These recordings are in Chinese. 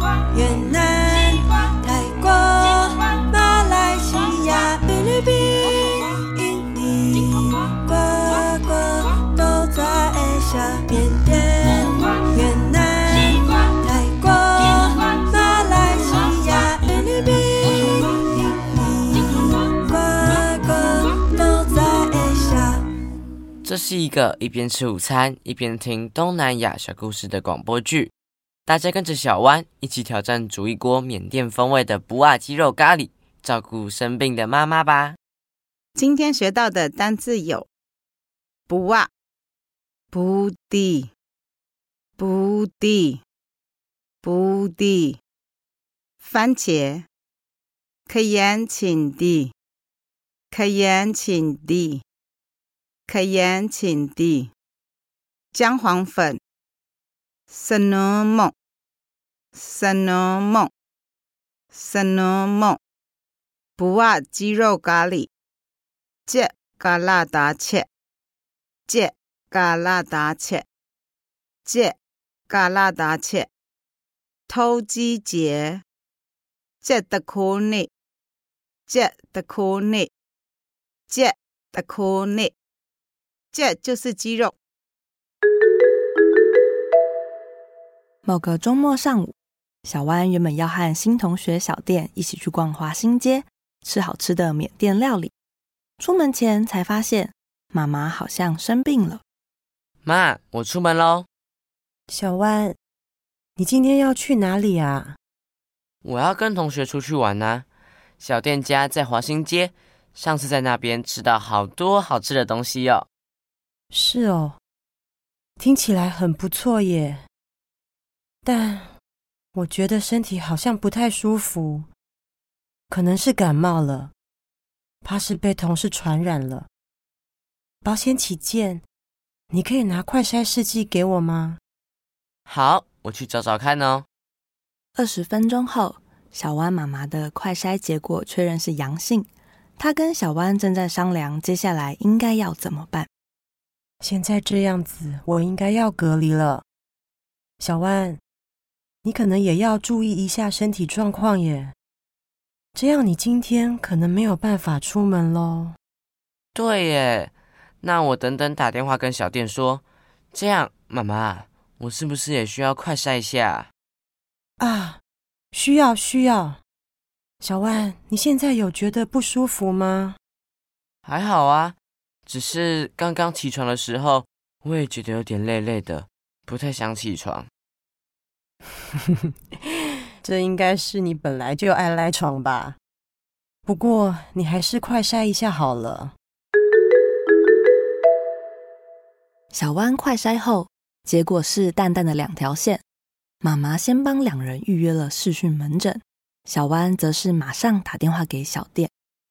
越南、泰国、马来西亚、菲律宾、印尼，个个都在下缅甸。越南、泰国、马来西亚、菲律宾、印尼，个个都在下。 这是一个一边吃午餐一边听东南亚小故事的广播剧，大家跟着小湾一起挑战煮一锅缅甸风味的布瓦鸡肉咖喱，照顾生病的妈妈吧。 今天学到的单字有布瓦、布地、布地、布地、番茄、可盐请地、可盐请地、可盐请地、姜黄粉、森诺梦、森诺梦、森诺梦、布瓦鸡肉咖喱、芥咖辣达切、芥咖辣达切、芥咖辣达切、偷鸡节、芥的苦内、芥的苦内、芥的苦内，芥就是鸡肉。 某个周末上午，小湾原本要和新同学小店一起去逛华新街，吃好吃的缅甸料理。出门前才发现，妈妈好像生病了。 妈，我出门咯。 小湾，你今天要去哪里啊？ 我要跟同学出去玩啊。小店家在华新街，上次在那边吃到好多好吃的东西哦。 是哦，听起来很不错耶。但我觉得身体好像不太舒服，可能是感冒了，怕是被同事传染了。保险起见，你可以拿快筛试剂给我吗？ 好，我去找找看哦。 20分钟后，小湾妈妈的快筛结果确认是阳性，她跟小湾正在商量接下来应该要怎么办。 现在这样子，我应该要隔离了。小湾，你可能也要注意一下身体状况耶，这样你今天可能没有办法出门咯。 对耶，那我等等打电话跟小店说。这样，妈妈，我是不是也需要快筛一下？ 啊，需要。小万，你现在有觉得不舒服吗？ 还好啊，只是刚刚起床的时候，我也觉得有点累累的，不太想起床。 这应该是你本来就爱赖床吧？不过你还是快筛一下好了。 小湾快筛后，结果是淡淡的2条线。妈妈先帮2人预约了视讯门诊，小湾则是马上打电话给小店。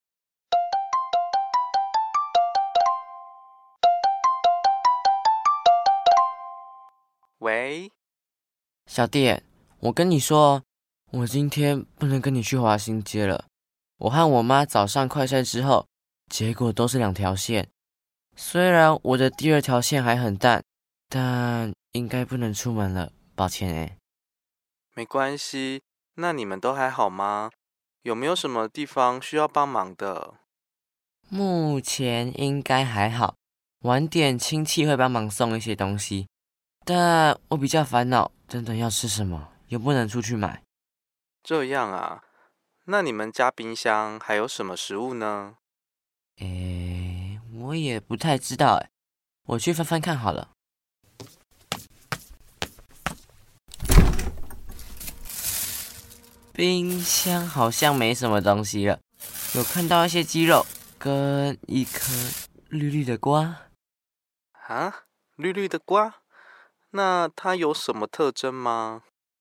喂， 小店，我跟你说，我今天不能跟你去华新街了。我和我妈早上快筛之后，结果都是2条线。虽然我的第2条线还很淡，但应该不能出门了，抱歉欸。 没关系，那你们都还好吗？有没有什么地方需要帮忙的？ 目前应该还好，晚点亲戚会帮忙送一些东西，但我比较烦恼，等等要吃什么，又不能出去买。 这样啊，那你们家冰箱还有什么食物呢？ 我也不太知道欸，我去翻翻看好了。冰箱好像没什么东西了，有看到一些鸡肉跟一颗绿绿的瓜。 啊，绿绿的瓜？那它有什么特征吗？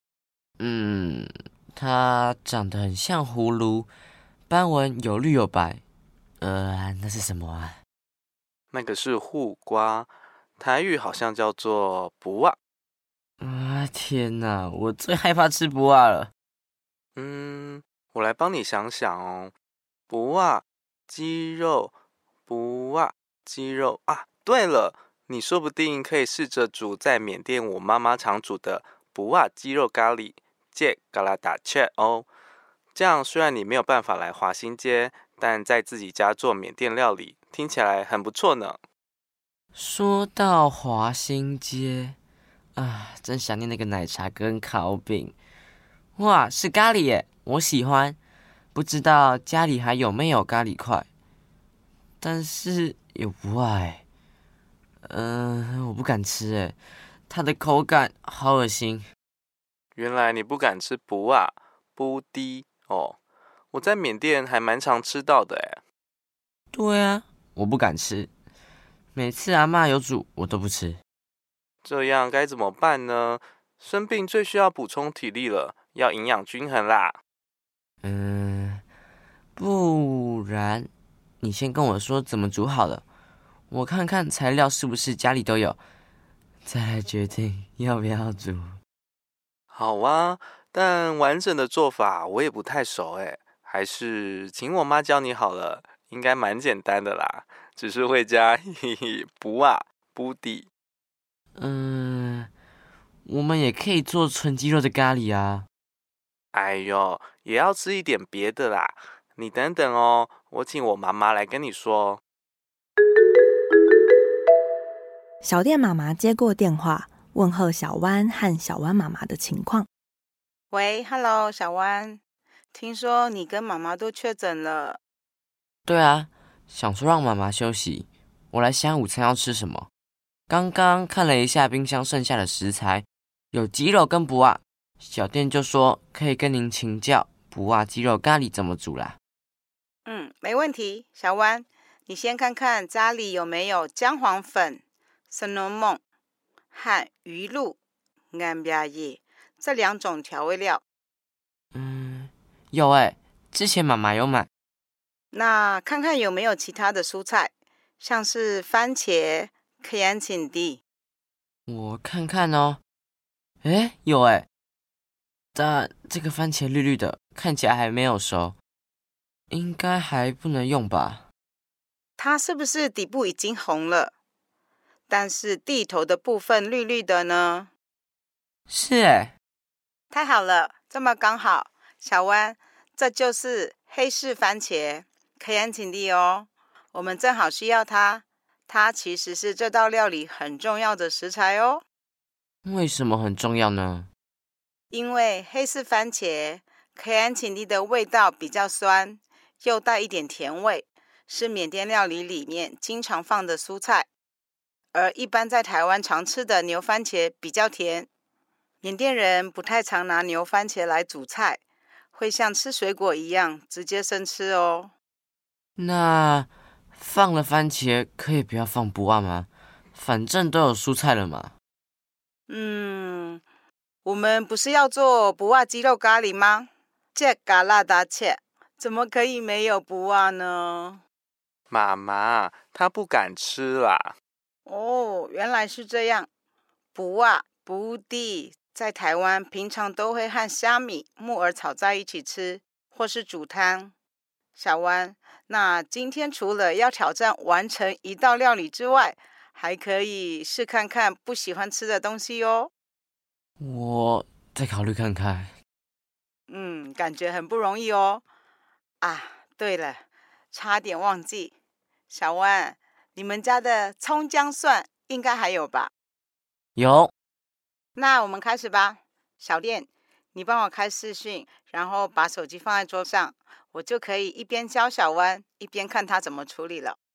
它长得很像葫芦，斑纹有绿有白。那是什么啊？ 那个是护瓜，台语好像叫做不啊。 天哪，我最害怕吃不啊了。 我来帮你想想哦。不啊，鸡肉，不啊，鸡肉啊。对了，你说不定可以试着煮在缅甸我妈妈常煮的不啊鸡肉咖喱， 借嘎拉达切哦。这样虽然你没有办法来华新街，但在自己家做缅甸料理，听起来很不错呢。 说到华新街啊，真想念那个奶茶跟烤饼。哇，是咖喱耶，我喜欢。不知道家里还有没有咖喱块，但是有不爱。我不敢吃诶，它的口感好恶心。 原来你不敢吃布啊布丁哦，我在缅甸还蛮常吃到的诶。 对啊，我不敢吃，每次阿嬷有煮我都不吃。 这样该怎么办呢？生病最需要补充体力了，要营养均衡啦。 不然你先跟我说怎么煮好了，我看看材料是不是家里都有，再来决定要不要煮。 好啊，但完整的做法我也不太熟诶，还是请我妈教你好了，应该蛮简单的啦，只是会加布啊布底。 我们也可以做纯鸡肉的咖喱啊。 哎呦，也要吃一点别的啦。你等等哦，我请我妈妈来跟你说。 小店妈妈接过电话，问候小湾和小湾妈妈的情况。 喂 ，Hello， 小湾，听说你跟妈妈都确诊了。 对啊，想说让妈妈休息，我来想午餐要吃什么。刚刚看了一下冰箱剩下的食材，有鸡肉跟布啊，小店就说可以跟您请教布啊鸡肉咖喱怎么煮啦。 没问题，小湾，你先看看家里有没有姜黄粉、生浓梦和鱼露、干巴叶这2种调味料。 有欸，之前妈妈有买。 那看看有没有其他的蔬菜，像是番茄、可安请地。 我看看哦。有欸，但这个番茄绿绿的，看起来还没有熟，应该还不能用吧？ 它是不是底部已经红了，但是蒂头的部分绿绿的呢？ 是欸。 太好了，这么刚好，小湾，这就是黑市番茄，可安请地哦。我们正好需要它，它其实是这道料理很重要的食材哦。 为什么很重要呢？ 因为黑市番茄可安请地的味道比较酸，又带一点甜味，是缅甸料理里面经常放的蔬菜。而一般在台湾常吃的牛番茄比较甜，缅甸人不太常拿牛番茄来煮菜，会像吃水果一样直接生吃哦。 那放了番茄可以不要放布啊吗？反正都有蔬菜了嘛。 我们不是要做布瓦鸡肉咖喱吗？这嘎拉达切怎么可以没有布瓦呢？ 妈妈，她不敢吃啦。 哦，原来是这样。布瓦布地在台湾平常都会和虾米、木耳炒在一起吃，或是煮汤。小湾，那今天除了要挑战完成一道料理之外，还可以试看看不喜欢吃的东西哦。 我再考虑看看。 感觉很不容易哦。啊，对了，差点忘记，小湾，你们家的葱姜蒜应该还有吧？ 有。 那我们开始吧。小店，你帮我开视讯，然后把手机放在桌上，我就可以一边教小湾，一边看他怎么处理了。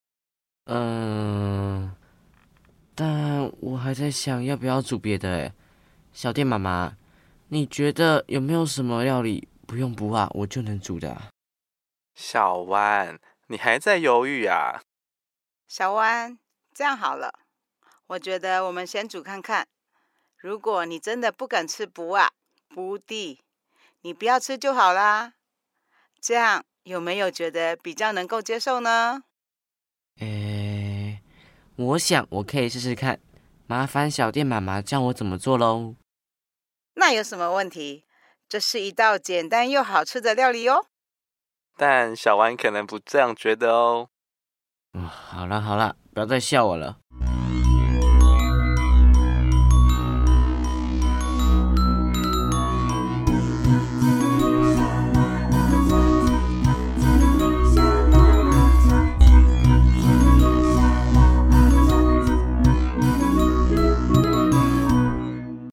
但我还在想要不要煮别的诶。小店妈妈，你觉得有没有什么料理不用布啊我就能煮的啊？ 小湾，你还在犹豫啊？ 小湾，这样好了，我觉得我们先煮看看。如果你真的不敢吃布啊布地，你不要吃就好啦。这样有没有觉得比较能够接受呢？ 我想我可以试试看，麻烦小店妈妈教我怎么做咯。 那有什么问题？这是一道简单又好吃的料理哦。 但小湾可能不这样觉得哦。 好了，不要再笑我了。